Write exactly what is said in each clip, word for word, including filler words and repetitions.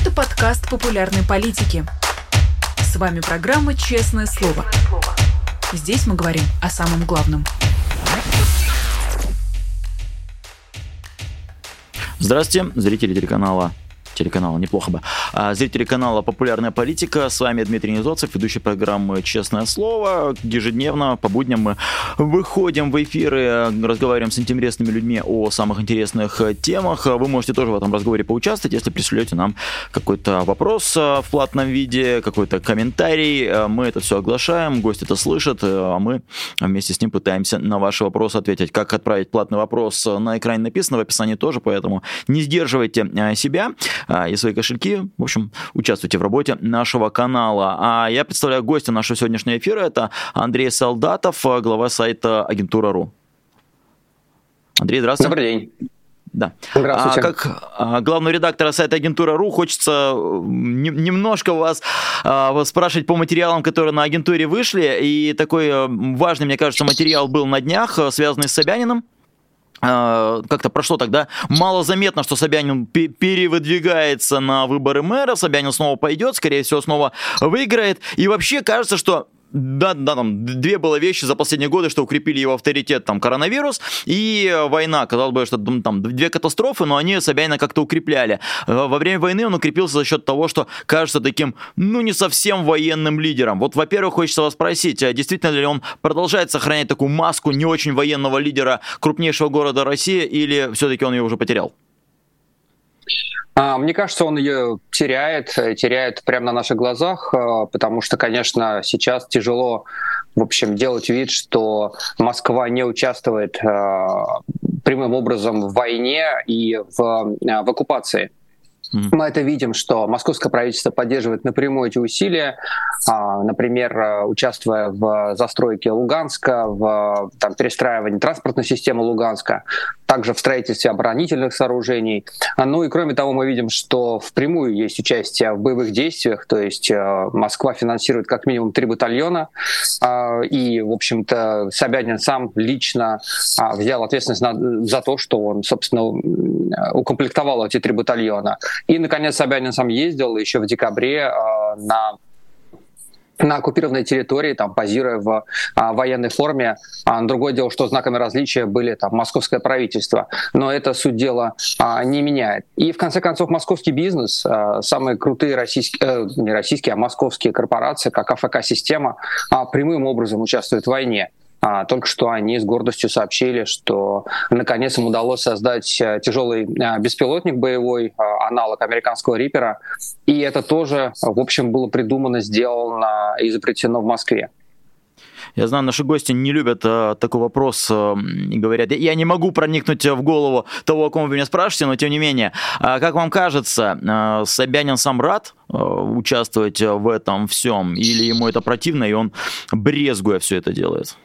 Это подкаст популярной политики. С вами программа «Честное слово». Здесь мы говорим о самом главном. Здравствуйте, зрители телеканала. Телеканала, неплохо бы. А, зрители канала «Популярная политика». С вами Дмитрий Низовцев, ведущий программы «Честное слово». Ежедневно, по будням мы выходим в эфиры, разговариваем с интересными людьми о самых интересных темах. Вы можете тоже в этом разговоре поучаствовать, если пришлете нам какой-то вопрос в платном виде, какой-то комментарий. Мы это все оглашаем, гость это слышит, а мы вместе с ним пытаемся на ваши вопросы ответить. Как отправить платный вопрос, на экране написано, в описании тоже, поэтому не сдерживайте себя и свои кошельки. В общем, участвуйте в работе нашего канала. А я представляю гостя нашего сегодняшнего эфира. Это Андрей Солдатов, глава сайта Агентура.ру. Андрей, здравствуйте. Добрый день. Да. Здравствуйте. А, как а, главного редактора сайта Агентура.ру хочется не, немножко вас а, спрашивать по материалам, которые на Агентуре вышли. И такой важный, мне кажется, материал был на днях, связанный с Собяниным. Как-то прошло тогда мало заметно, что Собянин перевыдвигается на выборы мэра, Собянин снова пойдет, скорее всего, снова выиграет. И вообще кажется, что Да, да, там две было вещи за последние годы, что укрепили его авторитет, там, коронавирус и война. Казалось бы, что там две катастрофы, но они Собянина как-то укрепляли. Во время войны он укрепился за счет того, что кажется таким, ну, не совсем военным лидером. Вот, во-первых, хочется вас спросить, а действительно ли он продолжает сохранять такую маску не очень военного лидера крупнейшего города России, или все-таки он ее уже потерял? Мне кажется, он ее теряет, теряет прямо на наших глазах, потому что, конечно, сейчас тяжело, в общем, делать вид, что Москва не участвует прямым образом в войне и в, в оккупации. Мы это видим, что московское правительство поддерживает напрямую эти усилия, например, участвуя в застройке Луганска, в там, перестраивании транспортной системы Луганска, также в строительстве оборонительных сооружений. Ну и кроме того, мы видим, что впрямую есть участие в боевых действиях, то есть Москва финансирует как минимум три батальона, и, в общем-то, Собянин сам лично взял ответственность за то, что он, собственно, укомплектовал эти три батальона. И, наконец, Собянин сам ездил еще в декабре э, на, на оккупированной территории, там, позируя в э, военной форме. А другое дело, что знаками различия были там московское правительство. Но это суть дела э, не меняет. И, в конце концов, московский бизнес, э, самые крутые российские, э, не российские, а московские корпорации, как А Ф К-система, э, прямым образом участвуют в войне. А, только что они с гордостью сообщили, что наконец им удалось создать тяжелый беспилотник боевой, аналог американского Риппера. И это тоже, в общем, было придумано, сделано и изобретено в Москве. Я знаю, наши гости не любят а, такой вопрос а, и говорят, я не могу проникнуть в голову того, о ком вы меня спрашиваете, но тем не менее, а, как вам кажется, а, Собянин сам рад а, участвовать в этом всем, или ему это противно, и он, брезгуя, все это делает?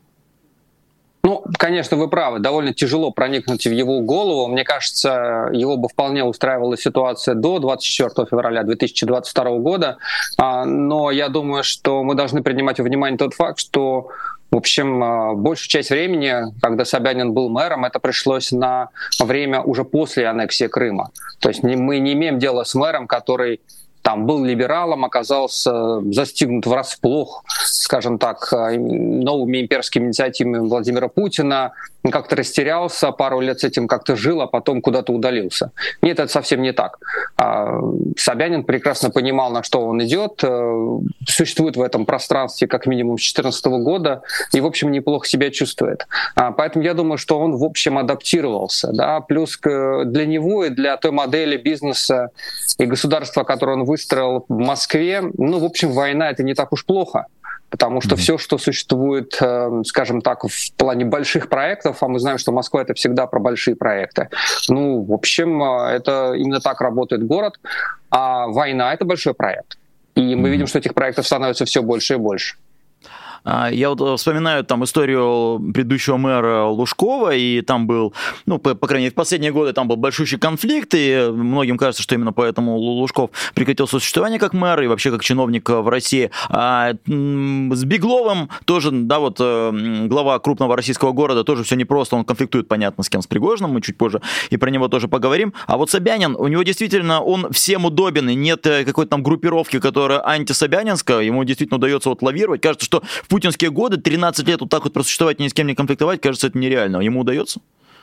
Ну, конечно, вы правы, довольно тяжело проникнуть в его голову. Мне кажется, его бы вполне устраивала ситуация до двадцать четвёртого февраля две тысячи двадцать второго года. Но я думаю, что мы должны принимать во внимание тот факт, что, в общем, большую часть времени, когда Собянин был мэром, это пришлось на время уже после аннексии Крыма. То есть мы не имеем дела с мэром, который там был либералом, оказался застигнут врасплох, скажем так, новыми имперскими инициативами Владимира Путина, как-то растерялся, пару лет с этим как-то жил, а потом куда-то удалился. Нет, это совсем не так. Собянин прекрасно понимал, на что он идет, существует в этом пространстве как минимум с две тысячи четырнадцатого года и, в общем, неплохо себя чувствует. Поэтому я думаю, что он, в общем, адаптировался. Да? Плюс для него и для той модели бизнеса и государства, которое он выстроил в Москве, ну, в общем, война — это не так уж плохо. Потому что mm-hmm. все, что существует, скажем так, в плане больших проектов, а мы знаем, что Москва — это всегда про большие проекты, ну, в общем, это именно так работает город, а война — это большой проект. И мы mm-hmm. видим, что этих проектов становится все больше и больше. Я вот вспоминаю там историю предыдущего мэра Лужкова, и там был, ну, по, по крайней мере, в последние годы там был большущий конфликт, и многим кажется, что именно поэтому Лужков прекратил существование как мэр и вообще как чиновник в России. А с Бегловым тоже, да, вот глава крупного российского города, тоже все непросто, он конфликтует, понятно, с кем, с Пригожиным, мы чуть позже и про него тоже поговорим. А вот Собянин, у него действительно, он всем удобен, и нет какой-то там группировки, которая антисобянинская, ему действительно удается вот лавировать. Кажется, что в путинские годы тринадцать лет вот так вот просуществовать, ни с кем не конфликтовать, кажется, это нереально. Ему удается?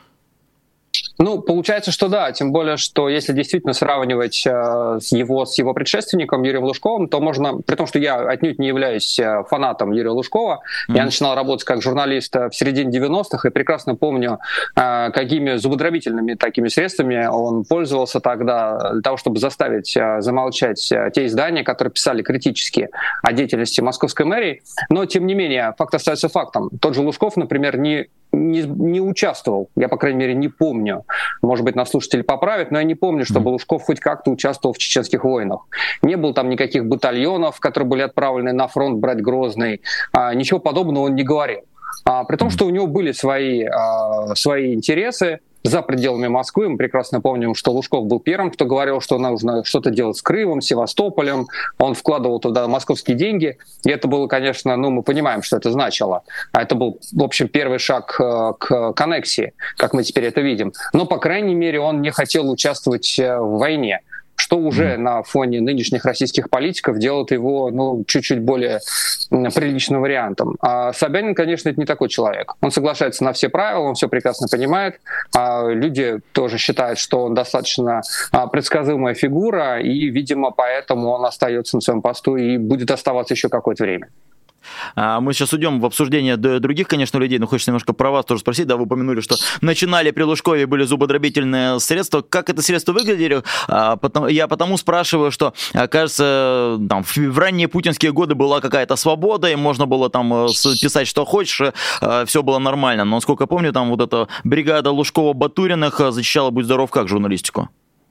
Ну, получается, что да, тем более, что если действительно сравнивать э, его с его предшественником Юрием Лужковым, то можно, при том, что я отнюдь не являюсь э, фанатом Юрия Лужкова, mm-hmm. я начинал работать как журналист в середине девяностых и прекрасно помню, э, какими зубодробительными такими средствами он пользовался тогда для того, чтобы заставить э, замолчать э, те издания, которые писали критически о деятельности московской мэрии. Но, тем не менее, факт остается фактом. Тот же Лужков, например, не Не, не участвовал, я, по крайней мере, не помню. Может быть, нас слушатели поправят, но я не помню, чтобы Лужков хоть как-то участвовал в чеченских войнах. Не было там никаких батальонов, которые были отправлены на фронт брать Грозный. А, ничего подобного он не говорил. А, при том, что у него были свои, а, свои интересы за пределами Москвы. Мы прекрасно помним, что Лужков был первым, кто говорил, что нужно что-то делать с Крымом, Севастополем. Он вкладывал туда московские деньги. И это было, конечно, ну, мы понимаем, что это значило. А это был, в общем, первый шаг к, к аннексии, как мы теперь это видим. Но, по крайней мере, он не хотел участвовать в войне, что уже на фоне нынешних российских политиков делает его, ну, чуть-чуть более приличным вариантом. А Собянин, конечно, это не такой человек. Он соглашается на все правила, он все прекрасно понимает. А люди тоже считают, что он достаточно предсказуемая фигура, и, видимо, поэтому он остается на своем посту и будет оставаться еще какое-то время. Мы сейчас уйдем в обсуждение других, конечно, людей, но хочется немножко про вас тоже спросить. Да, вы упомянули, что начинали при Лужкове, были зубодробительные средства. Как это средство выглядели? Я потому спрашиваю, что, кажется, там, в ранние путинские годы была какая-то свобода, и можно было там писать, что хочешь, все было нормально. Но, насколько я помню, там вот эта бригада Лужкова-Батуриных защищала, будь здоров, как журналистику?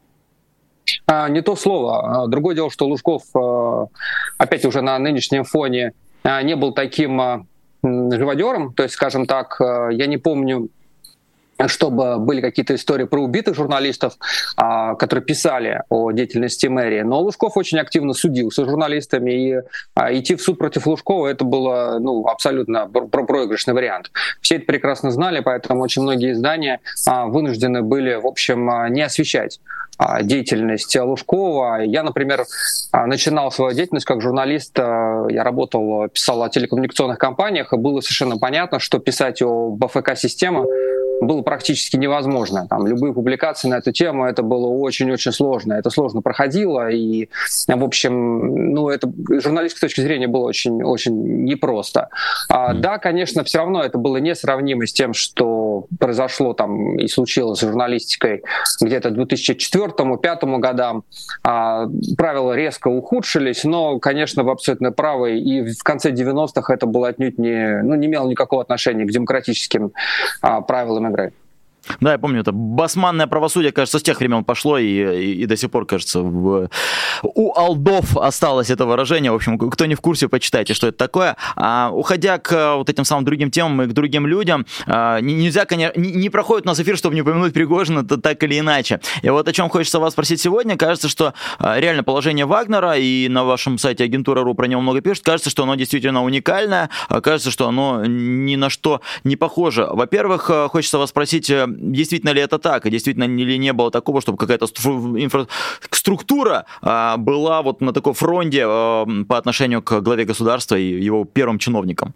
Не то слово. Другое дело, что Лужков, опять уже на нынешнем фоне, не был таким живодером, то есть, скажем так, я не помню, чтобы были какие-то истории про убитых журналистов, которые писали о деятельности мэрии. Но Лужков очень активно судился с журналистами, и идти в суд против Лужкова — это было, ну, абсолютно проигрышный вариант. Все это прекрасно знали, поэтому очень многие издания вынуждены были, в общем, не освещать деятельность Лужкова. Я, например, начинал свою деятельность как журналист, я работал, писал о телекоммуникационных компаниях, и было совершенно понятно, что писать об АФК-системах было практически невозможно. Там, любые публикации на эту тему, это было очень-очень сложно. Это сложно проходило, и, в общем, ну, это с журналистской точки зрения было очень-очень непросто. А, да, конечно, все равно это было несравнимо с тем, что произошло там и случилось с журналистикой где-то к две тысячи четвёртому — две тысячи пятому годам. А, правила резко ухудшились, но, конечно, вы абсолютно правы, и в конце девяностых это было отнюдь не, ну, не имело никакого отношения к демократическим а, правилам игры. Да, я помню, это басманное правосудие, кажется, с тех времен пошло, и, и, и до сих пор, кажется, в, у алдов осталось это выражение. В общем, кто не в курсе, почитайте, что это такое. А, уходя к вот этим самым другим темам и к другим людям, а, нельзя, конечно, не, не проходит у нас эфир, чтобы не упомянуть Пригожина, это так или иначе. И вот о чем хочется вас спросить сегодня. Кажется, что а, реально положение Вагнера, и на вашем сайте агентура точка ру про него много пишут, кажется, что оно действительно уникальное, а кажется, что оно ни на что не похоже. Во-первых, хочется вас спросить, действительно ли это так, и действительно ли не было такого, чтобы какая-то инфраструктура а, была вот на таком фронте а, по отношению к главе государства и его первым чиновникам?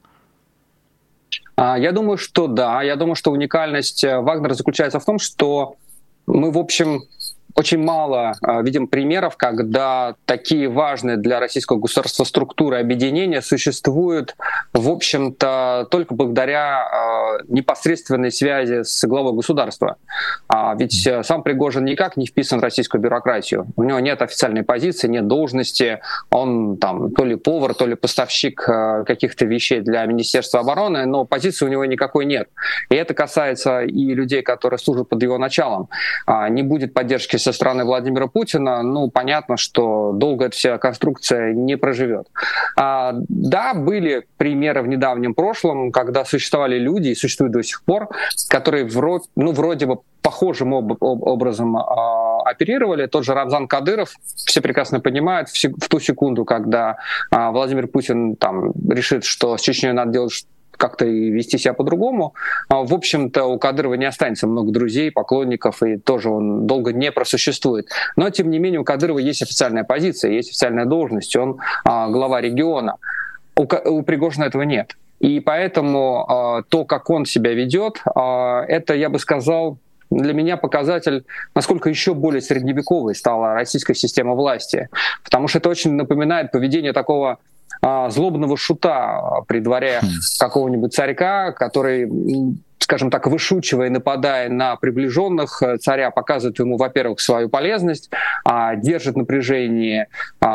Я думаю, что да. Я думаю, что уникальность Вагнера заключается в том, что мы, в общем, очень мало э, видим примеров, когда такие важные для российского государства структуры объединения существуют, в общем-то, только благодаря э, непосредственной связи с главой государства. А ведь э, сам Пригожин никак не вписан в российскую бюрократию. У него нет официальной позиции, нет должности. Он там то ли повар, то ли поставщик э, каких-то вещей для Министерства обороны, но позиции у него никакой нет. И это касается и людей, которые служат под его началом. А, не будет поддержки со со стороны Владимира Путина, ну, понятно, что долго эта вся конструкция не проживет. А, да, были примеры в недавнем прошлом, когда существовали люди, и существуют до сих пор, которые вроде, ну, вроде бы похожим об, об, образом а, оперировали. Тот же Рамзан Кадыров, все прекрасно понимают, в, в ту секунду, когда а, Владимир Путин там решит, что с Чечней надо делать как-то и вести себя по-другому. В общем-то, у Кадырова не останется много друзей, поклонников, и тоже он долго не просуществует. Но, тем не менее, у Кадырова есть официальная позиция, есть официальная должность, он а, глава региона. У, у Пригожина этого нет. И поэтому а, то, как он себя ведет, а, это, я бы сказал, для меня показатель, насколько еще более средневековой стала российская система власти. Потому что это очень напоминает поведение такого злобного шута при дворе какого-нибудь царька, который, скажем так, вышучивая, нападая на приближенных царя, показывает ему, во-первых, свою полезность, держит напряжение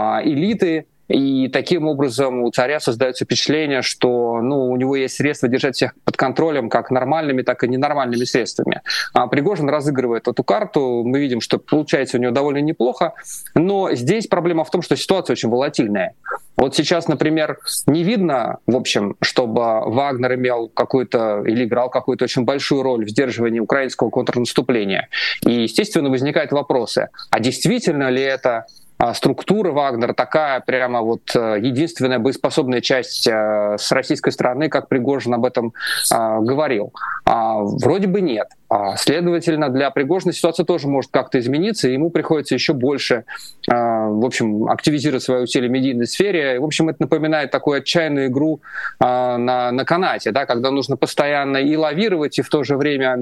элиты, и таким образом у царя создается впечатление, что ну, у него есть средства держать всех под контролем как нормальными, так и ненормальными средствами. А Пригожин разыгрывает эту карту, мы видим, что получается у него довольно неплохо, но здесь проблема в том, что ситуация очень волатильная. Вот сейчас, например, не видно, в общем, чтобы Вагнер имел какую-то или играл какую-то очень большую роль в сдерживании украинского контрнаступления. И, естественно, возникают вопросы, а действительно ли это структура Вагнера такая прямо вот единственная боеспособная часть с российской стороны, как Пригожин об этом говорил? Вроде бы нет. Следовательно, для Пригожина ситуация тоже может как-то измениться, и ему приходится еще больше, в общем, активизировать свои усилия в медийной сфере. В общем, это напоминает такую отчаянную игру на, на канате, да, когда нужно постоянно и лавировать, и в то же время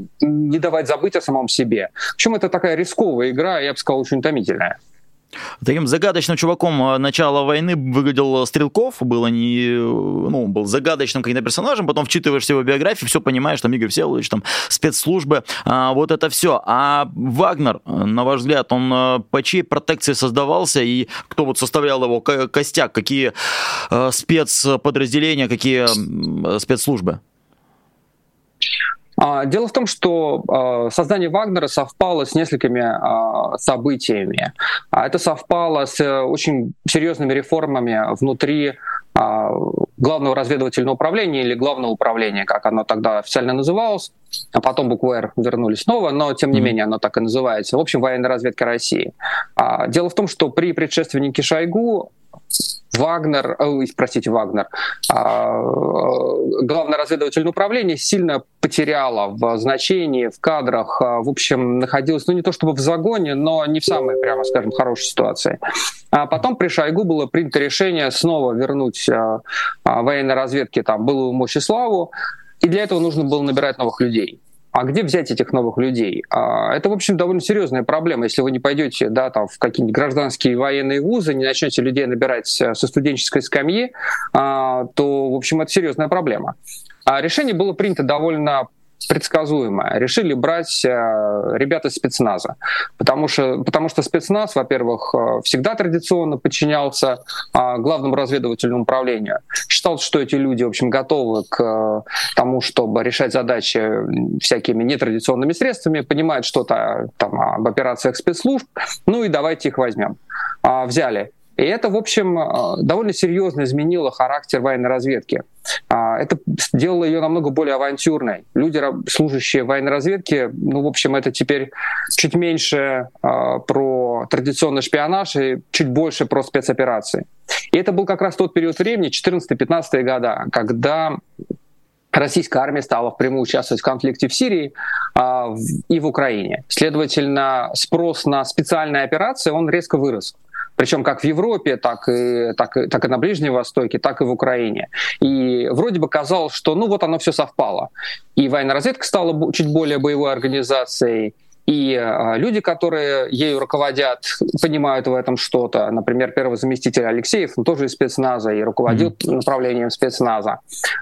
не давать забыть о самом себе. В общем, это такая рисковая игра, я бы сказал, очень утомительная. Таким загадочным чуваком начала войны выглядел Стрелков, был, не, ну, был загадочным каким-то персонажем, потом вчитываешься в его биографию, все понимаешь, там Игорь Всеволодович, там спецслужбы, а, вот это все. А Вагнер, на ваш взгляд, он по чьей протекции создавался и кто вот составлял его костяк, какие а, спецподразделения, какие а, спецслужбы? Дело в том, что создание Вагнера совпало с несколькими событиями. Это совпало с очень серьезными реформами внутри Главного разведывательного управления или Главного управления, как оно тогда официально называлось, а потом букву «Р» вернули снова, но тем не менее оно так и называется. В общем, военная разведка России. Дело в том, что при предшественнике Шойгу Вагнер, э, простите, Вагнер, э, Главное разведывательное управление сильно потеряло в значении, в кадрах, э, в общем, находилось, ну не то чтобы в загоне, но не в самой, прямо скажем, хорошей ситуации. А потом при Шойгу было принято решение снова вернуть э, э, военной разведке там былую мощь и славу, и для этого нужно было набирать новых людей. А где взять этих новых людей? Это, в общем, довольно серьезная проблема. Если вы не пойдете, да, там, в какие-нибудь гражданские военные вузы, не начнете людей набирать со студенческой скамьи, то, в общем, это серьезная проблема. Решение было принято довольно предсказуемо. Решили брать ребят из спецназа. Потому что, потому что спецназ, во-первых, всегда традиционно подчинялся Главному разведывательному управлению. Считал, что эти люди, в общем, готовы к тому, чтобы решать задачи всякими нетрадиционными средствами, понимают что-то там об операциях спецслужб, ну и давайте их возьмем. Взяли. И это, в общем, довольно серьезно изменило характер военной разведки. Это сделало ее намного более авантюрной. Люди, служащие в военной разведке, ну, в общем, это теперь чуть меньше про традиционный шпионаж и чуть больше про спецоперации. И это был как раз тот период времени, четырнадцатые-пятнадцатые года, когда российская армия стала впрямую участвовать в конфликте в Сирии а, в, и в Украине. Следовательно, спрос на специальные операции, он резко вырос. Причем как в Европе, так и, так, и, так и на Ближнем Востоке, так и в Украине. И вроде бы казалось, что ну вот оно все совпало. И военная разведка стала чуть более боевой организацией, и э, люди, которые ею руководят, понимают в этом что-то. Например, первый заместитель Алексеев, он тоже из спецназа и руководил mm-hmm. направлением спецназа.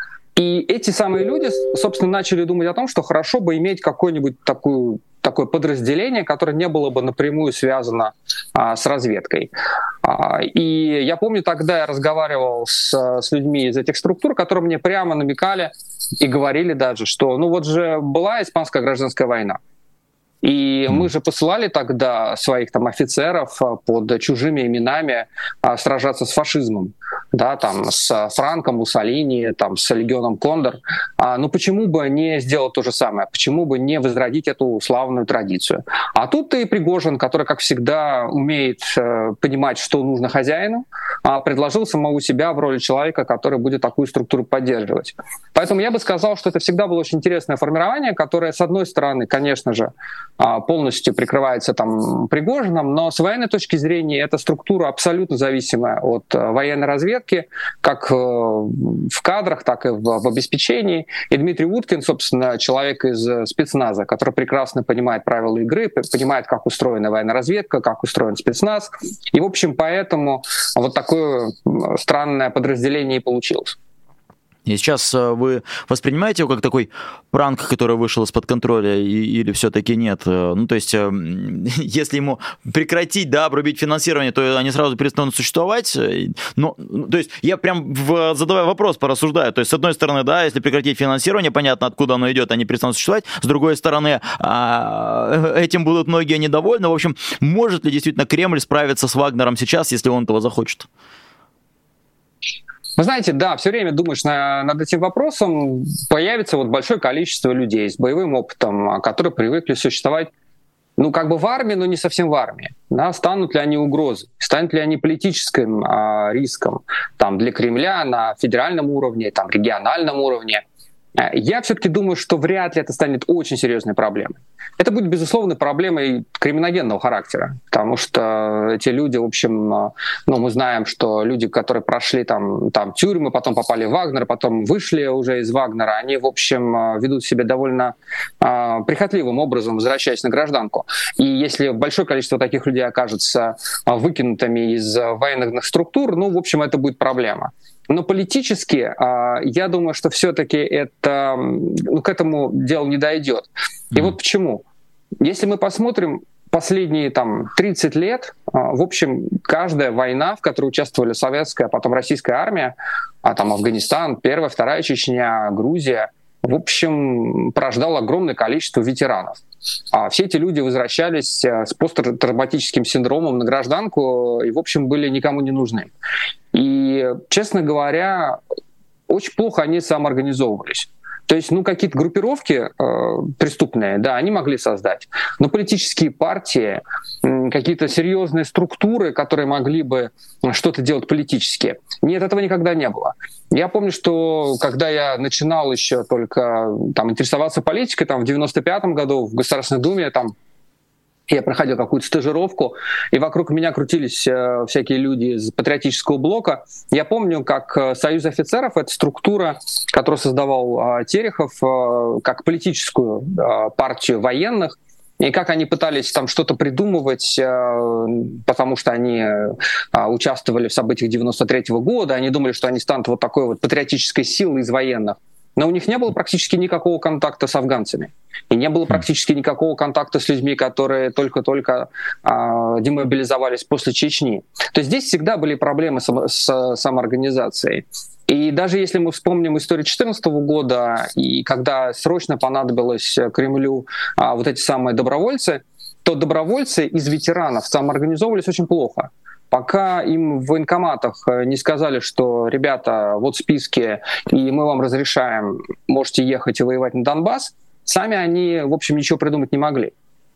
И эти самые люди, собственно, начали думать о том, что хорошо бы иметь какую-нибудь такую такое подразделение, которое не было бы напрямую связано а, с разведкой. А, и я помню, тогда я разговаривал с, с людьми из этих структур, которые мне прямо намекали и говорили даже, что ну вот же была Испанская гражданская война. И мы же посылали тогда своих там офицеров под чужими именами а, сражаться с фашизмом, да, там с Франко, Муссолини, там с легионом Кондор. А, ну почему бы не сделать то же самое? Почему бы не возродить эту славную традицию? А тут и Пригожин, который, как всегда, умеет э, понимать, что нужно хозяину, а, предложил самого себя в роли человека, который будет такую структуру поддерживать. Поэтому я бы сказал, что это всегда было очень интересное формирование, которое, с одной стороны, конечно же, полностью прикрывается там Пригожиным, но с военной точки зрения эта структура абсолютно зависимая от военной разведки, как в кадрах, так и в, в обеспечении. И Дмитрий Уткин, собственно, человек из спецназа, который прекрасно понимает правила игры, понимает, как устроена военная разведка, как устроен спецназ. И, в общем, поэтому вот такое странное подразделение и получилось. И сейчас вы воспринимаете его как такой пранк, который вышел из-под контроля, и, или все-таки нет? Ну, то есть, если ему прекратить, да, обрубить финансирование, то они сразу перестанут существовать. Но, то есть, я прям, в, задавая вопрос, порассуждаю. То есть, с одной стороны, да, если прекратить финансирование, понятно, откуда оно идет, они перестанут существовать. С другой стороны, этим будут многие недовольны. В общем, может ли действительно Кремль справиться с Вагнером сейчас, если он этого захочет? Вы знаете, да, все время думаешь на, над этим вопросом, появится вот большое количество людей с боевым опытом, которые привыкли существовать, ну, как бы в армии, но не совсем в армии. Да, станут ли они угрозой, станут ли они политическим а, риском там, для Кремля на федеральном уровне, там, региональном уровне. Я все-таки думаю, что вряд ли это станет очень серьезной проблемой. Это будет, безусловно, проблемой криминогенного характера, потому что эти люди, в общем, ну, мы знаем, что люди, которые прошли там, там тюрьмы, потом попали в Вагнер, потом вышли уже из Вагнера, они, в общем, ведут себя довольно э, прихотливым образом, возвращаясь на гражданку. И если большое количество таких людей окажется выкинутыми из военных структур, ну, в общем, это будет проблема. Но политически, я думаю, что все-таки это, ну, к этому делу не дойдет. И mm-hmm. вот почему. Если мы посмотрим последние там, тридцать лет, в общем, каждая война, в которой участвовали советская, потом российская армия, а там Афганистан, Первая, Вторая Чечня, Грузия, в общем, порождало огромное количество ветеранов. А все эти люди возвращались с посттравматическим синдромом на гражданку и, в общем, были никому не нужны. И, честно говоря, очень плохо они самоорганизовывались. То есть, ну, какие-то группировки э, преступные, да, они могли создать. Но политические партии, э, какие-то серьезные структуры, которые могли бы что-то делать политически, нет, этого никогда не было. Я помню, что когда я начинал еще только там, интересоваться политикой, там, в девяносто пятом году в Государственной Думе, там, я проходил какую-то стажировку, и вокруг меня крутились э, всякие люди из патриотического блока. Я помню, как э, Союз офицеров — это структура, которую создавал э, Терехов, э, как политическую э, партию военных, и как они пытались там что-то придумывать, э, потому что они э, участвовали в событиях девяносто третьего года, они думали, что они станут вот такой вот патриотической силой из военных. Но у них не было практически никакого контакта с афганцами. И не было практически никакого контакта с людьми, которые только-только э, демобилизовались после Чечни. То есть здесь всегда были проблемы с, с самоорганизацией. И даже если мы вспомним историю две тысячи четырнадцатого года, и когда срочно понадобилось Кремлю э, вот эти самые добровольцы, то добровольцы из ветеранов самоорганизовывались очень плохо. Пока им в военкоматах не сказали, что, ребята, вот списки, и мы вам разрешаем, можете ехать и воевать на Донбасс, сами они, в общем, ничего придумать не могли.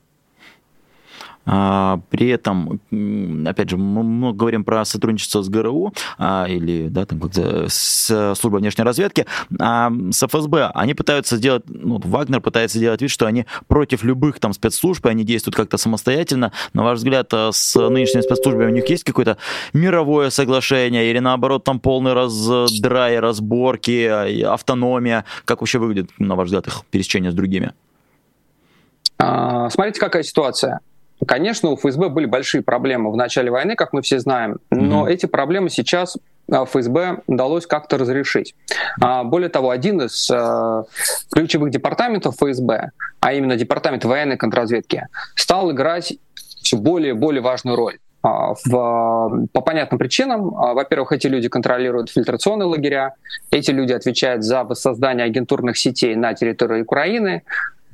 При этом, опять же, мы много говорим про сотрудничество с ГРУ а, или да, там, с службой внешней разведки, а с эф эс бэ они пытаются сделать, ну, Вагнер пытается сделать вид, что они против любых там спецслужб, и они действуют как-то самостоятельно. На ваш взгляд, с нынешними спецслужбами у них есть какое-то мировое соглашение или наоборот там полный раздрай, разборки, автономия? Как вообще выглядит, на ваш взгляд, их пересечение с другими? А, смотрите, какая ситуация. Конечно, у эф эс бэ были большие проблемы в начале войны, как мы все знаем, но mm-hmm. эти проблемы сейчас эф эс бэ удалось как-то разрешить. А, более того, один из а, ключевых департаментов эф эс бэ, а именно департамент военной контрразведки, стал играть все более и более важную роль. А, в, по понятным причинам. А, во-первых, эти люди контролируют фильтрационные лагеря, эти люди отвечают за воссоздание агентурных сетей на территории Украины.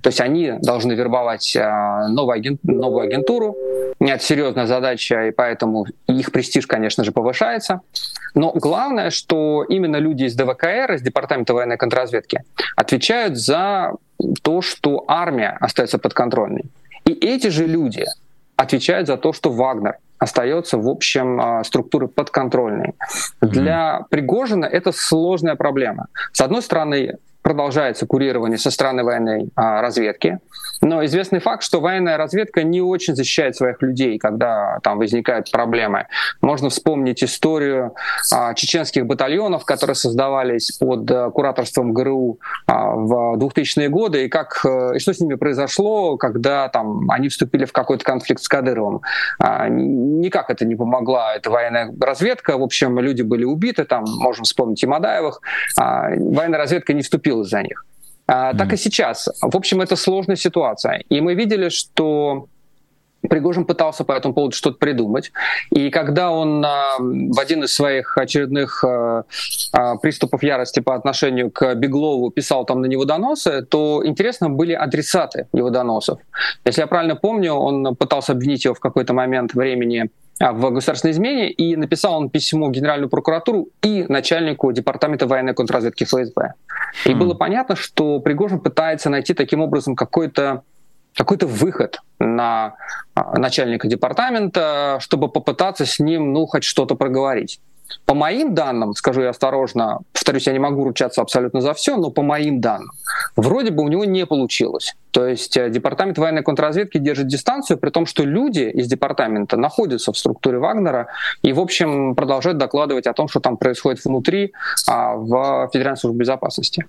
То есть они должны вербовать новую, агент, новую агентуру. Это серьезная задача, и поэтому их престиж, конечно же, повышается. Но главное, что именно люди из ДВКР, из Департамента военной контрразведки, отвечают за то, что армия остается подконтрольной. И эти же люди отвечают за то, что Вагнер остается, в общем, структурой подконтрольной. Для Пригожина это сложная проблема. С одной стороны, продолжается курирование со стороны военной а, разведки. Но известный факт, что военная разведка не очень защищает своих людей, когда там возникают проблемы. Можно вспомнить историю а, чеченских батальонов, которые создавались под а, кураторством ГРУ а, в двухтысячные годы, и, как, и что с ними произошло, когда там, они вступили в какой-то конфликт с Кадыровым. А, никак это не помогла эта военная разведка. В общем, люди были убиты, там, можем вспомнить и Мадаевых. А, военная разведка не вступила за них. А, mm. Так и сейчас. В общем, это сложная ситуация. И мы видели, что Пригожин пытался по этому поводу что-то придумать. И когда он а, в один из своих очередных а, а, приступов ярости по отношению к Беглову писал там на него доносы, то интересно были адресаты его доносов. Если я правильно помню, он пытался обвинить его в какой-то момент времени в государственной измене, и написал он письмо в Генеральную прокуратуру и начальнику Департамента военной контрразведки ФСБ. И mm. было понятно, что Пригожин пытается найти таким образом какой-то какой-то выход на начальника департамента, чтобы попытаться с ним, ну, хоть что-то проговорить. По моим данным, скажу я осторожно, повторюсь, я не могу ручаться абсолютно за все, но по моим данным, вроде бы у него не получилось. То есть Департамент военной контрразведки держит дистанцию, при том, что люди из департамента находятся в структуре Вагнера и, в общем, продолжают докладывать о том, что там происходит внутри, а, в Федеральной службе безопасности.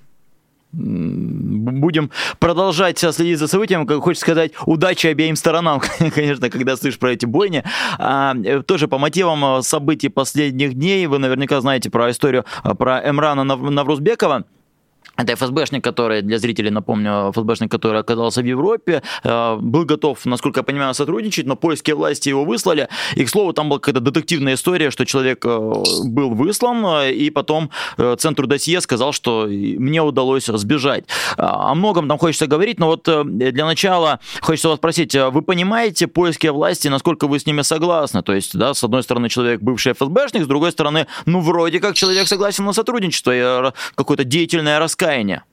Будем продолжать следить за событиями. Как хочется сказать, удачи обеим сторонам, конечно, когда слышишь про эти бойни. А, тоже по мотивам событий последних дней, вы наверняка знаете про историю про Эмрана Наврузбекова. Это ФСБшник, который, для зрителей напомню, ФСБшник, который оказался в Европе, был готов, насколько я понимаю, сотрудничать, но польские власти его выслали. И, к слову, там была какая-то детективная история, что человек был выслан, и потом Центр досье сказал, что мне удалось сбежать. О многом там хочется говорить, но вот для начала хочется вас спросить, вы понимаете польские власти, насколько вы с ними согласны? То есть, да, с одной стороны, человек бывший ФСБшник, с другой стороны, ну, вроде как человек согласен на сотрудничество и какое-то деятельное раскаяние.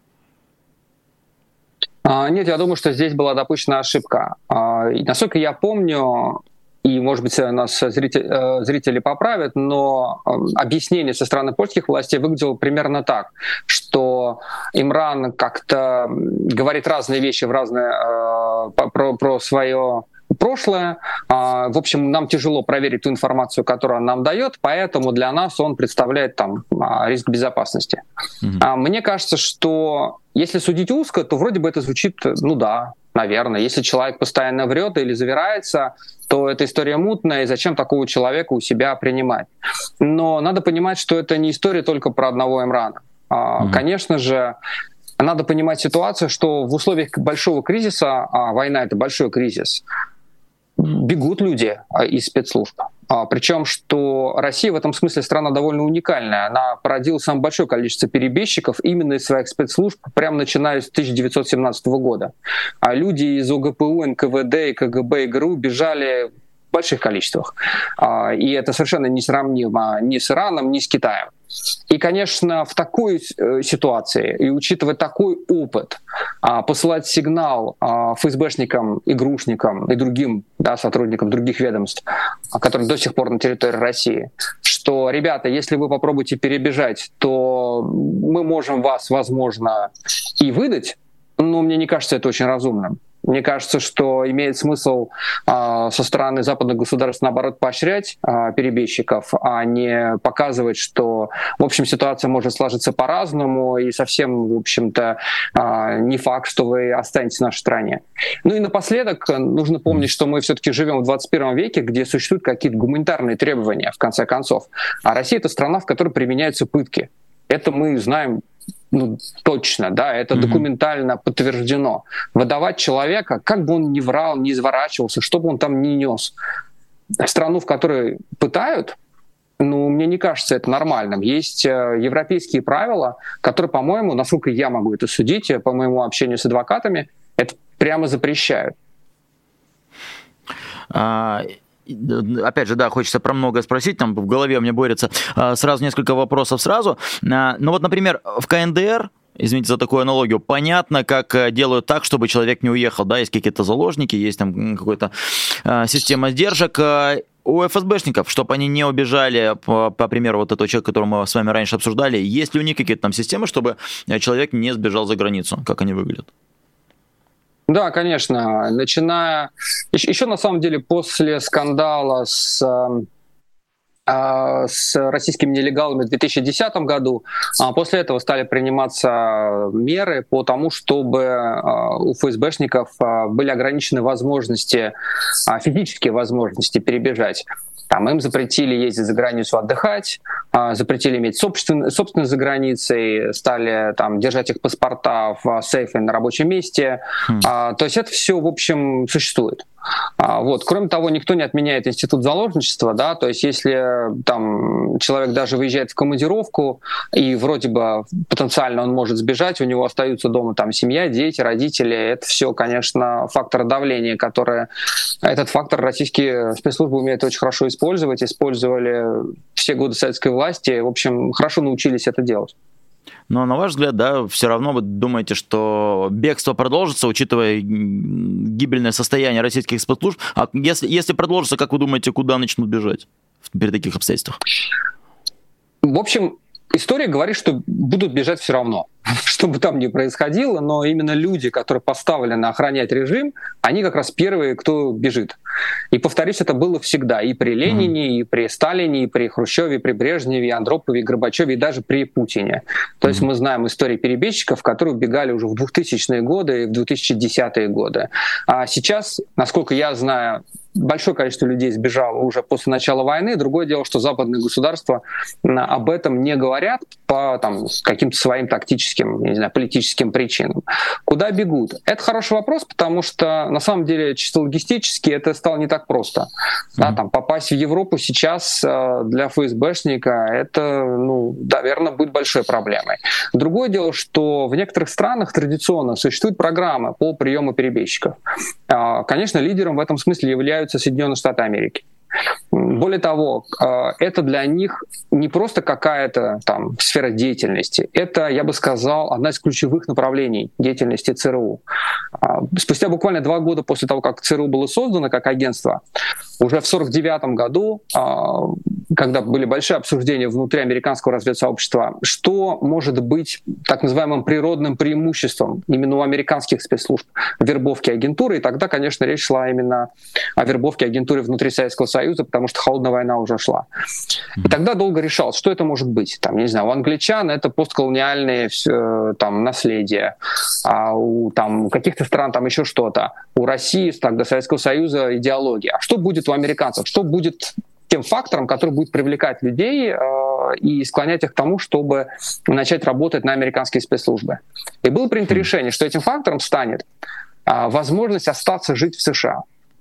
Нет, я думаю, что здесь была допущена ошибка. Насколько я помню, и, может быть, нас зрители, зрители поправят, но объяснение со стороны польских властей выглядело примерно так, что Имран как-то говорит разные вещи в разные, про, про свое прошлое. В общем, нам тяжело проверить ту информацию, которую он нам дает, поэтому для нас он представляет там риск безопасности. Mm-hmm. Мне кажется, что если судить узко, то вроде бы это звучит, ну да, наверное. Если человек постоянно врет или завирается, то эта история мутная, и зачем такого человека у себя принимать? Но надо понимать, что это не история только про одного Имрана. Mm-hmm. Конечно же, надо понимать ситуацию, что в условиях большого кризиса, а война — это большой кризис, бегут люди из спецслужб. Причем, что Россия в этом смысле страна довольно уникальная. Она породила самое большое количество перебежчиков именно из своих спецслужб, прямо начиная с тысяча девятьсот семнадцатого года. А люди из ОГПУ, эн ка вэ дэ, и ка гэ бэ и ГРУ бежали в больших количествах. И это совершенно не сравнимо ни с Ираном, ни с Китаем. И, конечно, в такой ситуации, и учитывая такой опыт, посылать сигнал эф эс бэшникам, игрушникам и другим, да, сотрудникам других ведомств, которые до сих пор на территории России, что, ребята, если вы попробуете перебежать, то мы можем вас, возможно, и выдать, но мне не кажется это очень разумным. Мне кажется, что имеет смысл э, со стороны западных государств, наоборот, поощрять э, перебежчиков, а не показывать, что, в общем, ситуация может сложиться по-разному, и совсем, в общем-то, э, не факт, что вы останетесь в нашей стране. Ну и напоследок нужно помнить, что мы все-таки живем в двадцать первом веке, где существуют какие-то гуманитарные требования, в конце концов. А Россия — это страна, в которой применяются пытки. Это мы знаем, ну, точно, да, это mm-hmm. документально подтверждено. Выдавать человека, как бы он ни врал, ни изворачивался, что бы он там ни нес, в страну, в которой пытают, ну, мне не кажется это нормальным. Есть европейские правила, которые, по-моему, насколько я могу это судить, по моему общению с адвокатами, это прямо запрещают. А... Опять же, да, хочется про многое спросить, там в голове у меня борется сразу несколько вопросов сразу. Но вот, например, в ка эн дэ эр, извините за такую аналогию, понятно, как делают так, чтобы человек не уехал, да, есть какие-то заложники, есть там какая-то система сдержек. У эф эс бэшников, чтобы они не убежали, по, по примеру вот этого человека, которого мы с вами раньше обсуждали, есть ли у них какие-то там системы, чтобы человек не сбежал за границу? Как они выглядят? Да, конечно. Начиная... Еще, еще на самом деле после скандала с... с российскими нелегалами в две тысячи десятом году. После этого стали приниматься меры по тому, чтобы у эф эс бэшников были ограничены возможности, физические возможности перебежать. Там им запретили ездить за границу отдыхать, запретили иметь собственно, собственность за границей, стали там держать их паспорта в сейфе на рабочем месте. Mm. То есть это все, в общем, существует. Вот. Кроме того, никто не отменяет институт заложничества, да, то есть если там человек даже выезжает в командировку, и вроде бы потенциально он может сбежать, у него остаются дома там семья, дети, родители, это все, конечно, фактор давления, который... Этот фактор российские спецслужбы умеют очень хорошо использовать, использовали все годы советской власти, в общем, хорошо научились это делать. Но на ваш взгляд, да, все равно вы думаете, что бегство продолжится, учитывая гибельное состояние российских спецслужб? А если, если продолжится, как вы думаете, куда начнут бежать при таких обстоятельствах? В общем, история говорит, что будут бежать все равно, что бы там ни происходило, но именно люди, которые поставлены охранять режим, они как раз первые, кто бежит. И, повторюсь, это было всегда. И при Ленине, mm-hmm. и при Сталине, и при Хрущеве, и при Брежневе, и Андропове, и Горбачеве, и даже при Путине. То mm-hmm. есть мы знаем истории перебежчиков, которые убегали уже в двухтысячные годы и в двухтысячно десятые А сейчас, насколько я знаю, большое количество людей сбежало уже после начала войны. Другое дело, что западные государства об этом не говорят по там, каким-то своим тактическим, не знаю, политическим причинам. Куда бегут? Это хороший вопрос, потому что на самом деле чисто логистически это стало не так просто. Mm-hmm. Да, там, попасть в Европу сейчас для эф эс бэшника это, ну, наверное, будет большой проблемой. Другое дело, что в некоторых странах традиционно существуют программы по приему перебежчиков. Конечно, лидером в этом смысле являются Соединенные Штаты Америки. Более того, это для них не просто какая-то там сфера деятельности, это, я бы сказал, одна из ключевых направлений деятельности ЦРУ. Спустя буквально два года после того, как ЦРУ было создано как агентство, уже в сорок девятом году, когда были большие обсуждения внутри американского разведсообщества, что может быть так называемым природным преимуществом именно у американских спецслужб вербовки агентуры, и тогда, конечно, речь шла именно о вербовке агентуры внутри Советского Союза, потому что холодная война уже шла. И тогда долго решалось, что это может быть. Там, не знаю, у англичан это постколониальное там, наследие, а у там, каких-то стран там еще что-то. У России, тогда Советского Союза идеология. А что будет у американцев? Что будет тем фактором, который будет привлекать людей э, и склонять их к тому, чтобы начать работать на американские спецслужбы? И было принято решение, что этим фактором станет э, возможность остаться жить в США.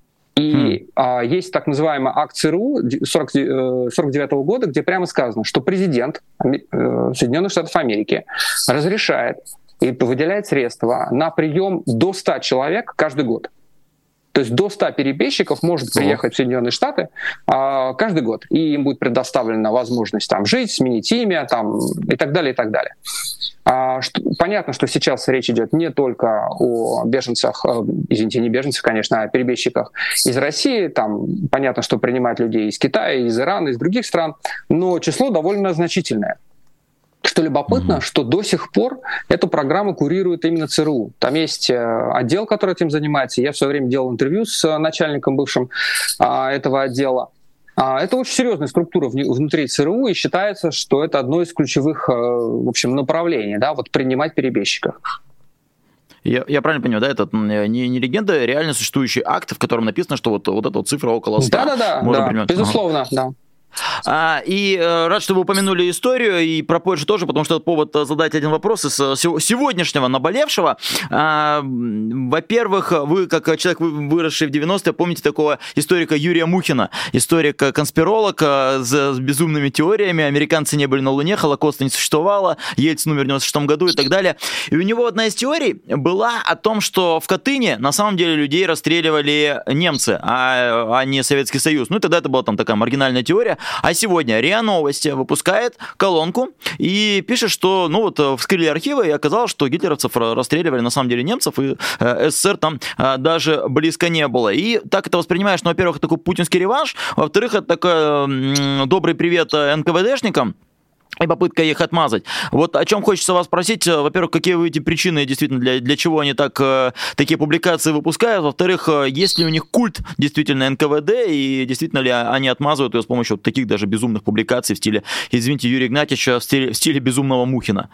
И mm. э, есть так называемый акт ЦРУ сорок девятого года, где прямо сказано, что президент э, Соединенных Штатов Америки разрешает и выделяет средства на прием до ста человек каждый год. То есть до ста перебежчиков может приехать в Соединенные Штаты а, каждый год, и им будет предоставлена возможность там жить, сменить имя там, и так далее, и так далее. А, что, понятно, что сейчас речь идет не только о беженцах, э, извините, не беженцах, конечно, а перебежчиках из России. Там понятно, что принимают людей из Китая, из Ирана, из других стран, но число довольно значительное. Что любопытно, mm-hmm. что до сих пор эту программу курирует именно ЦРУ. Там есть отдел, который этим занимается. Я в свое время делал интервью с начальником бывшим этого отдела. Это очень серьезная структура внутри ЦРУ, и считается, что это одно из ключевых, в общем, направлений, да, вот принимать перебежчиков. Я, я правильно понимаю, да, это не, не легенда, а реально существующий акт, в котором написано, что вот, вот эта вот цифра около ста. Да-да-да, да, безусловно, ага. да. А, и э, рад, что вы упомянули историю, и про Польшу тоже, потому что это повод задать один вопрос из сегодняшнего наболевшего. А, во-первых, вы, как человек, выросший в девяностые, помните такого историка Юрия Мухина, историк-конспиролог с, с безумными теориями, американцы не были на Луне, Холокоста не существовало, Ельцин умер в девяносто шестом году и так далее. И у него одна из теорий была о том, что в Катыни на самом деле людей расстреливали немцы, а, а не Советский Союз. Ну и тогда это была там такая маргинальная теория. А сегодня РИА Новости выпускает колонку и пишет, что ну вот вскрыли архивы, и оказалось, что гитлеровцев расстреливали на самом деле немцев, и э, СССР там э, даже близко не было. И так это воспринимаешь, ну, во-первых, такой путинский реванш, во-вторых, это такой э, добрый привет эн ка вэ дэшникам, и попытка их отмазать. Вот о чем хочется вас спросить. Во-первых, какие вы эти причины, действительно, для, для чего они так, такие публикации выпускают? Во-вторых, есть ли у них культ действительно эн ка вэ дэ, и действительно ли они отмазывают ее с помощью вот таких даже безумных публикаций в стиле, извините, Юрия Игнатьевича, в стиле, в стиле безумного Мухина?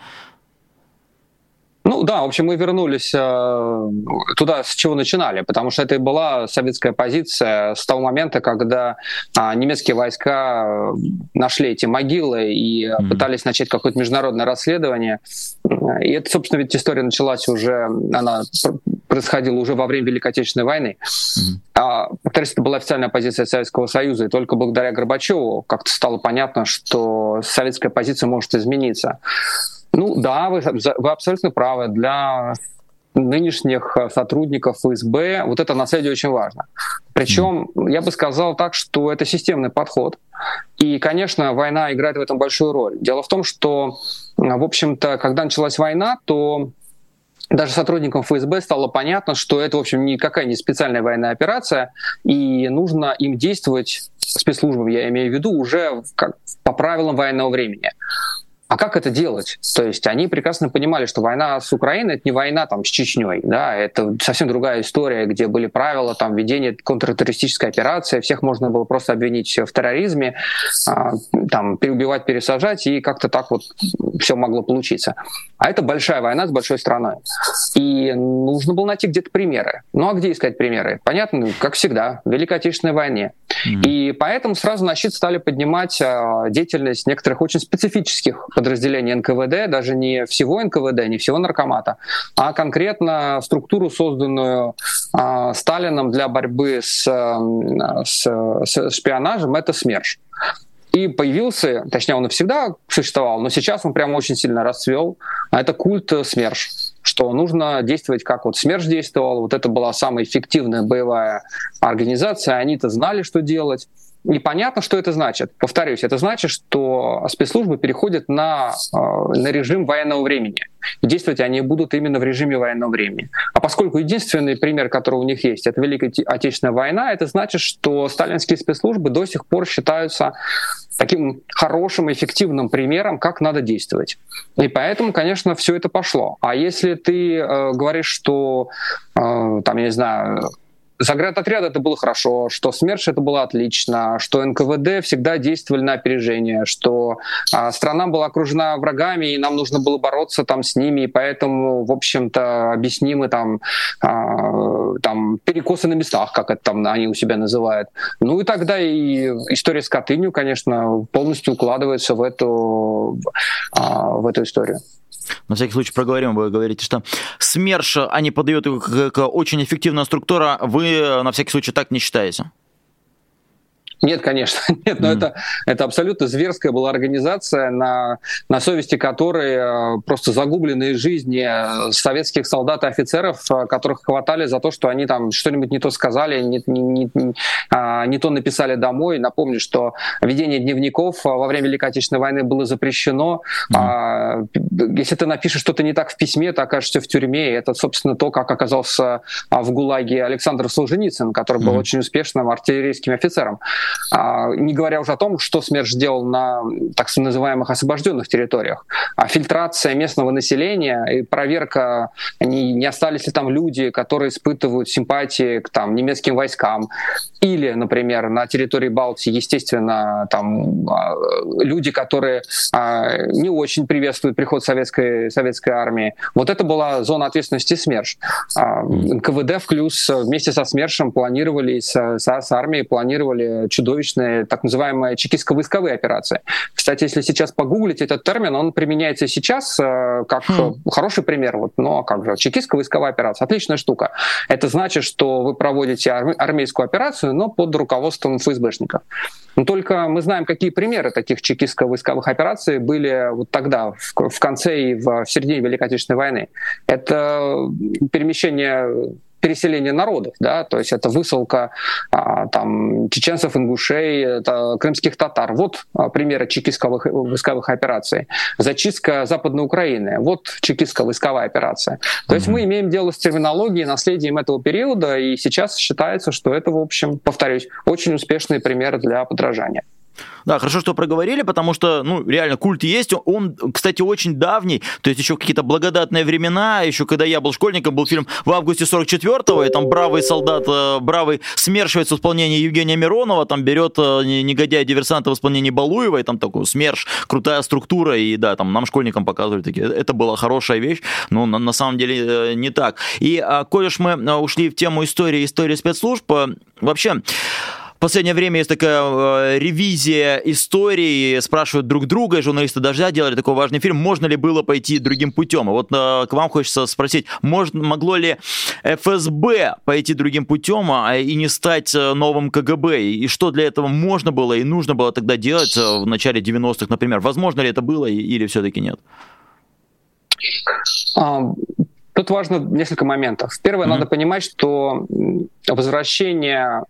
Ну да, в общем, мы вернулись э, туда, с чего начинали, потому что это и была советская позиция с того момента, когда э, немецкие войска нашли эти могилы и mm-hmm. пытались начать какое-то международное расследование. И это, собственно, ведь история началась уже, она происходила уже во время Великой Отечественной войны. Mm-hmm. А, повторюсь, это была официальная позиция Советского Союза, и только благодаря Горбачеву как-то стало понятно, что советская позиция может измениться. Ну да, вы, вы абсолютно правы. Для нынешних сотрудников эф эс бэ вот это наследие очень важно. Причем я бы сказал так, что это системный подход. И, конечно, война играет в этом большую роль. Дело в том, что, в общем-то, когда началась война, то даже сотрудникам эф эс бэ стало понятно, что это, в общем, никакая не специальная военная операция, и нужно им действовать, спецслужбам я имею в виду, уже как, по правилам военного времени. А как это делать? То есть они прекрасно понимали, что война с Украиной — это не война там, с Чечней, да, это совсем другая история, где были правила там, ведения контртеррористической операции, всех можно было просто обвинить в терроризме, там, переубивать, пересажать, и как-то так вот все могло получиться. А это большая война с большой страной. И нужно было найти где-то примеры. Ну а где искать примеры? Понятно, как всегда, в Великой Отечественной войне. Mm-hmm. И поэтому сразу на щит стали поднимать деятельность некоторых очень специфических подразделений эн ка вэ дэ, даже не всего эн ка вэ дэ, не всего наркомата, а конкретно структуру, созданную э, Сталином для борьбы с, с, с шпионажем, это СМЕРШ. И появился, точнее, он и всегда существовал, но сейчас он прямо очень сильно расцвел. А это культ СМЕРШ, что нужно действовать, как вот СМЕРШ действовал. Вот это была самая эффективная боевая организация, они-то знали, что делать. Непонятно, что это значит. Повторюсь, это значит, что спецслужбы переходят на, на режим военного времени. И действовать они будут именно в режиме военного времени. А поскольку единственный пример, который у них есть, это Великая Отечественная война, это значит, что сталинские спецслужбы до сих пор считаются таким хорошим, эффективным примером, как надо действовать. И поэтому, конечно, все это пошло. А если ты э, говоришь, что, э, там, я не знаю, заградотряд это было хорошо, что СМЕРШ это было отлично, что эн ка вэ дэ всегда действовали на опережение, что а, страна была окружена врагами, и нам нужно было бороться там с ними, и поэтому, в общем-то, объяснимы там, а, там перекосы на местах, как это там они у себя называют. Ну и тогда и история с Катынью, конечно, полностью укладывается в эту, а, в эту историю. На всякий случай проговорим, вы говорите, что СМЕРШ, они подают как очень эффективная структура, вы на всякий случай так не считаете? Нет, конечно, нет, но mm. это, это абсолютно зверская была организация, на, на совести которой просто загубленные жизни советских солдат и офицеров, которых хватали за то, что они там что-нибудь не то сказали, не, не, не, не то написали домой. Напомню, что ведение дневников во время Великой Отечественной войны было запрещено. Mm. А, если ты напишешь что-то не так в письме, ты окажешься в тюрьме. И это, собственно, то, как оказался в ГУЛАГе Александр Солженицын, который был mm. очень успешным артиллерийским офицером. Не говоря уже о том, что СМЕРШ делал на так называемых освобожденных территориях. А фильтрация местного населения и проверка, не, не остались ли там люди, которые испытывают симпатии к там, немецким войскам. Или, например, на территории Балтии, естественно, там люди, которые не очень приветствуют приход советской, советской армии. Вот это была зона ответственности СМЕРШ. эн ка вэ дэ в Клюс вместе со СМЕРШем планировали, с, с армией планировали чудовищные так называемые чекистско-войсковые операции. Кстати, если сейчас погуглить этот термин, он применяется сейчас как хм. хороший пример. Вот, ну, как же, чекистско-войсковая операция. Отличная штука. Это значит, что вы проводите армейскую операцию, но под руководством эф эс бэшников. Но только мы знаем, какие примеры таких чекистско-войсковых операций были вот тогда, в конце и в середине Великой Отечественной войны. Это перемещение переселение народов, да, то есть это высылка а, там, чеченцев, ингушей, это, крымских татар. Вот а, примеры чекистско войсковых операций. Зачистка Западной Украины. Вот чекистско-войсковая операция. То mm-hmm. есть мы имеем дело с терминологией, наследием этого периода, и сейчас считается, что это, в общем, повторюсь, очень успешный пример для подражания. Да, хорошо, что проговорили, потому что, ну, реально, культ есть. Он, кстати, очень давний, то есть еще какие-то благодатные времена, еще когда я был школьником, был фильм в августе сорок четвёртого, и там бравый солдат, бравый СМЕРШевец в исполнении Евгения Миронова, там берет негодяя-диверсанта в исполнении Балуевой, там такой СМЕРШ, крутая структура, и да, там нам, школьникам, показывали такие, это была хорошая вещь, но на, на самом деле не так. И, коль уж мы ушли в тему истории, истории спецслужб, вообще... В последнее время есть такая э, ревизия истории, спрашивают друг друга, журналисты «Дождя» делали такой важный фильм, можно ли было пойти другим путем. И вот э, к вам хочется спросить, можно, могло ли эф эс бэ пойти другим путем а, и не стать новым ка гэ бэ? И, и что для этого можно было и нужно было тогда делать в начале девяностых, например? Возможно ли это было или все-таки нет? Тут важно несколько моментов. Первое, mm-hmm. надо понимать, что возвращение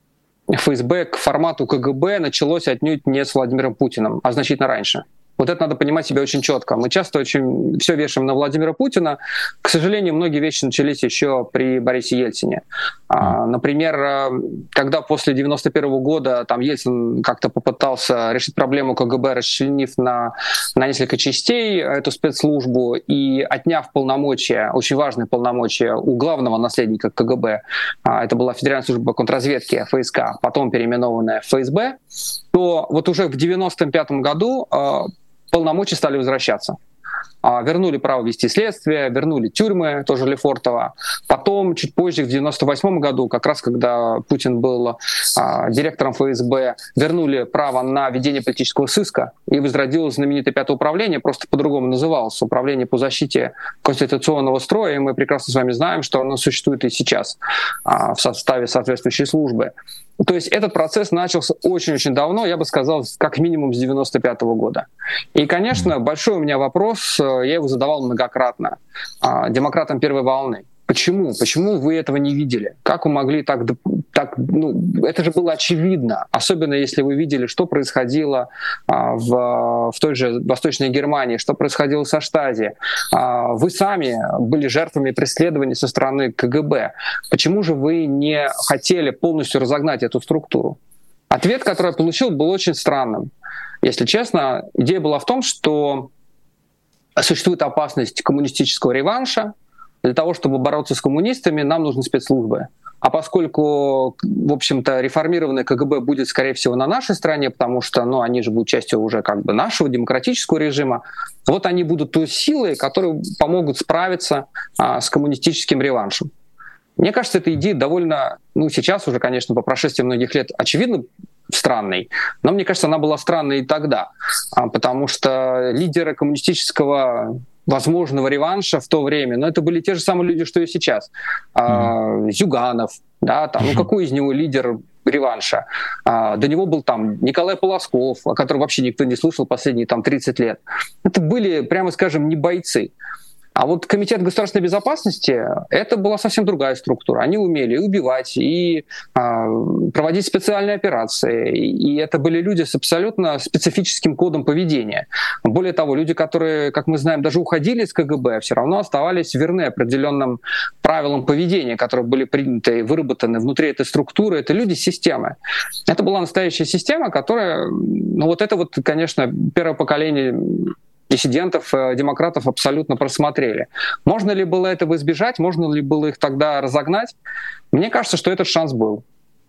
эф эс бэ к формату ка гэ бэ началось отнюдь не с Владимиром Путиным, а значительно раньше. Вот это надо понимать себе очень четко. Мы часто очень все вешаем на Владимира Путина. К сожалению, многие вещи начались еще при Борисе Ельцине. А, например, когда после девяносто первого года там Ельцин как-то попытался решить проблему ка гэ бэ, расчленив на, на несколько частей эту спецслужбу и отняв полномочия, очень важные полномочия у главного наследника ка гэ бэ, а, это была Федеральная служба контрразведки, эф эс ка, потом переименованная в эф эс бэ, то вот уже в девяносто пятом году а, полномочия стали возвращаться. Вернули право вести следствие, вернули тюрьмы, тоже Лефортово. Потом, чуть позже, в девяносто восьмом году, как раз когда Путин был а, директором эф эс бэ, вернули право на ведение политического сыска и возродилось знаменитое пятое управление, просто по-другому называлось, Управление по защите конституционного строя, и мы прекрасно с вами знаем, что оно существует и сейчас а, в составе соответствующей службы. То есть этот процесс начался очень-очень давно, я бы сказал, как минимум с девяносто пятого года. И, конечно, большой у меня вопрос, я его задавал многократно демократам первой волны. Почему? Почему вы этого не видели? Как вы могли так... так ну, это же было очевидно, особенно если вы видели, что происходило а, в, в той же Восточной Германии, что происходило со Штази. А, вы сами были жертвами преследований со стороны ка гэ бэ. Почему же вы не хотели полностью разогнать эту структуру? Ответ, который я получил, был очень странным. Если честно, идея была в том, что существует опасность коммунистического реванша. Для того, чтобы бороться с коммунистами, нам нужны спецслужбы. А поскольку, в общем-то, реформированное ка гэ бэ будет, скорее всего, на нашей стороне, потому что, ну, они же будут частью уже как бы нашего демократического режима, вот они будут той силой, которые помогут справиться а, с коммунистическим реваншем. Мне кажется, эта идея довольно, ну, сейчас уже, конечно, по прошествии многих лет, очевидно, странной, но мне кажется, она была странной и тогда, а, потому что лидеры коммунистического возможного реванша в то время, но это были те же самые люди, что и сейчас. Mm-hmm. Зюганов, да, там, ну какой из него лидер реванша? А, до него был там Николай Полосков, о котором вообще никто не слышал последние там тридцать лет. Это были, прямо скажем, не бойцы. А вот Комитет государственной безопасности — это была совсем другая структура. Они умели и убивать, и а, проводить специальные операции. И это были люди с абсолютно специфическим кодом поведения. Более того, люди, которые, как мы знаем, даже уходили из ка гэ бэ, все равно оставались верны определенным правилам поведения, которые были приняты и выработаны внутри этой структуры. Это люди системы. Это была настоящая система, которая... Ну вот это вот, конечно, первое поколение диссидентов, демократов абсолютно просмотрели. Можно ли было этого избежать? Можно ли было их тогда разогнать? Мне кажется, что этот шанс был.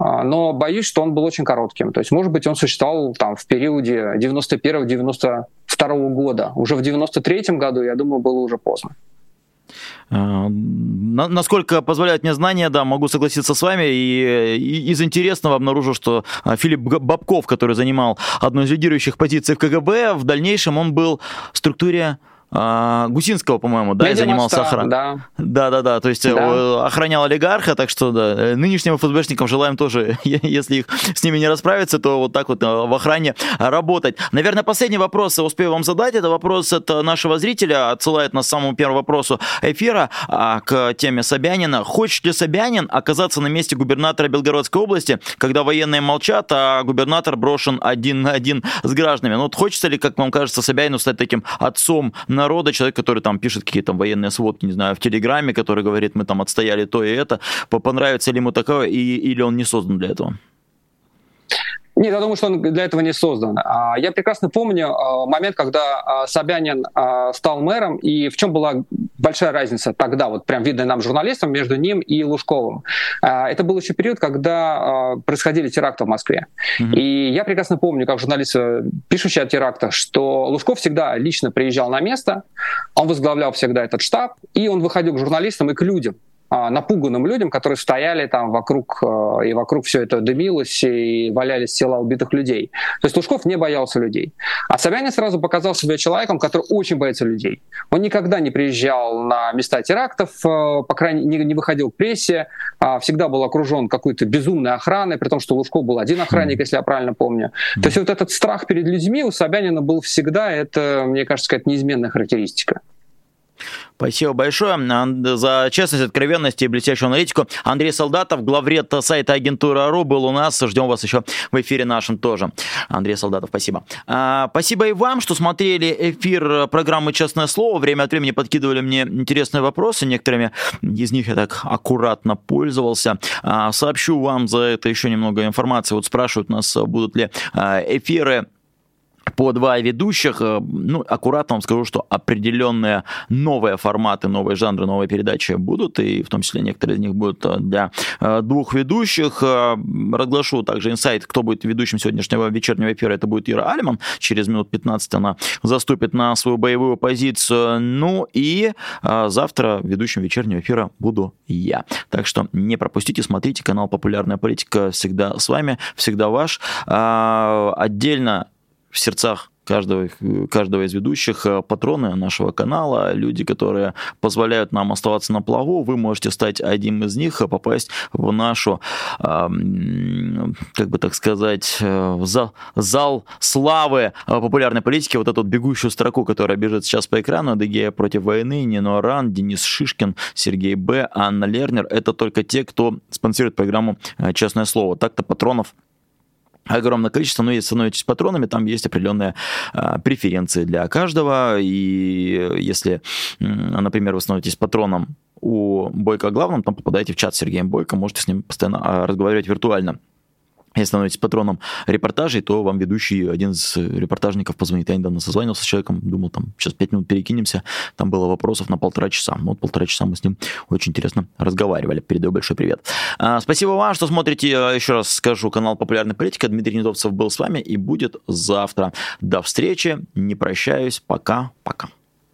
Но боюсь, что он был очень коротким. То есть, может быть, он существовал там, в периоде девяносто первого — девяносто второго года. Уже в девяносто третьем году, я думаю, было уже поздно. Насколько позволяют мне знания, да, могу согласиться с вами. И из интересного обнаружил, что Филипп Бобков, который занимал одну из лидирующих позиций в ка гэ бэ, в дальнейшем он был в структуре Гусинского, по-моему, да, и занимался охраной. Да. да, да, да, то есть да. охранял олигарха, так что да, нынешним эф эс бэшникам желаем тоже, если их с ними не расправиться, то вот так вот в охране работать. Наверное, последний вопрос успею вам задать, это вопрос от нашего зрителя, отсылает нас к самому первому вопросу эфира к теме Собянина. Хочет ли Собянин оказаться на месте губернатора Белгородской области, когда военные молчат, а губернатор брошен один на один с гражданами? Ну вот хочется ли, как вам кажется, Собянину стать таким отцом на народа, человек, который там пишет какие-то военные сводки, не знаю, в Телеграме, который говорит, мы там отстояли то и это, понравится ли ему такое, и, или он не создан для этого? Нет, я думаю, что он для этого не создан. Я прекрасно помню момент, когда Собянин стал мэром, и в чем была большая разница тогда, вот прям видно нам, журналистам, между ним и Лужковым. Это был еще период, когда происходили теракты в Москве. Mm-hmm. И я прекрасно помню, как журналист, пишущий о терактах, что Лужков всегда лично приезжал на место, он возглавлял всегда этот штаб, и он выходил к журналистам и к людям, напуганным людям, которые стояли там вокруг, и вокруг все это дымилось, и валялись тела убитых людей. То есть Лужков не боялся людей. А Собянин сразу показал себя человеком, который очень боится людей. Он никогда не приезжал на места терактов, по крайней мере, не выходил к прессе, всегда был окружен какой-то безумной охраной, при том, что Лужков был один охранник, если я правильно помню. То есть вот этот страх перед людьми у Собянина был всегда, это, мне кажется, какая-то неизменная характеристика. Спасибо большое за честность, откровенность и блестящую аналитику. Андрей Солдатов, главред сайта Агентура.ру, был у нас. Ждем вас еще в эфире нашем тоже. Андрей Солдатов, спасибо. А, спасибо и вам, что смотрели эфир программы «Честное слово». Время от времени подкидывали мне интересные вопросы. Некоторыми из них я так аккуратно пользовался. А, сообщу вам за это еще немного информации. Вот спрашивают нас, будут ли эфиры по два ведущих. Ну, аккуратно вам скажу, что определенные новые форматы, новые жанры, новые передачи будут, и в том числе некоторые из них будут для двух ведущих. Разглашу также инсайт, кто будет ведущим сегодняшнего вечернего эфира. Это будет Ира Альман. Через минут пятнадцать она заступит на свою боевую позицию. Ну и завтра ведущим вечернего эфира буду я. Так что не пропустите, смотрите. Канал «Популярная политика» всегда с вами, всегда ваш. Отдельно в сердцах каждого, каждого из ведущих патроны нашего канала, люди, которые позволяют нам оставаться на плаву. Вы можете стать одним из них, попасть в нашу, как бы так сказать, в зал, зал славы популярной политики. Вот эту вот бегущую строку, которая бежит сейчас по экрану: Адыгея против войны, Нино Аран, Денис Шишкин, Сергей Б., Анна Лернер. Это только те, кто спонсирует программу «Честное слово». Так-то патронов огромное количество, но если становитесь патронами, там есть определенные а, преференции для каждого, и если, например, вы становитесь патроном у Бойко Главном, там попадаете в чат с Сергеем Бойко, можете с ним постоянно разговаривать виртуально. Если становитесь патроном репортажей, то вам ведущий, один из репортажников, позвонит. Я недавно созванивался с человеком, думал, там, сейчас пять минут перекинемся, там было вопросов на полтора часа. Вот полтора часа мы с ним очень интересно разговаривали. Передаю большой привет. А, спасибо вам, что смотрите, еще раз скажу, канал «Популярная политика». Дмитрий Недовцев был с вами и будет завтра. До встречи, не прощаюсь, пока-пока.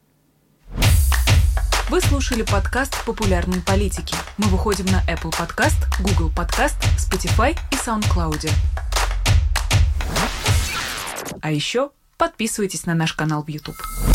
Вы слушали подкаст «Популярной политики». Мы выходим на Apple Podcast, Google Podcast, Spotify и SoundCloud. А еще подписывайтесь на наш канал в YouTube.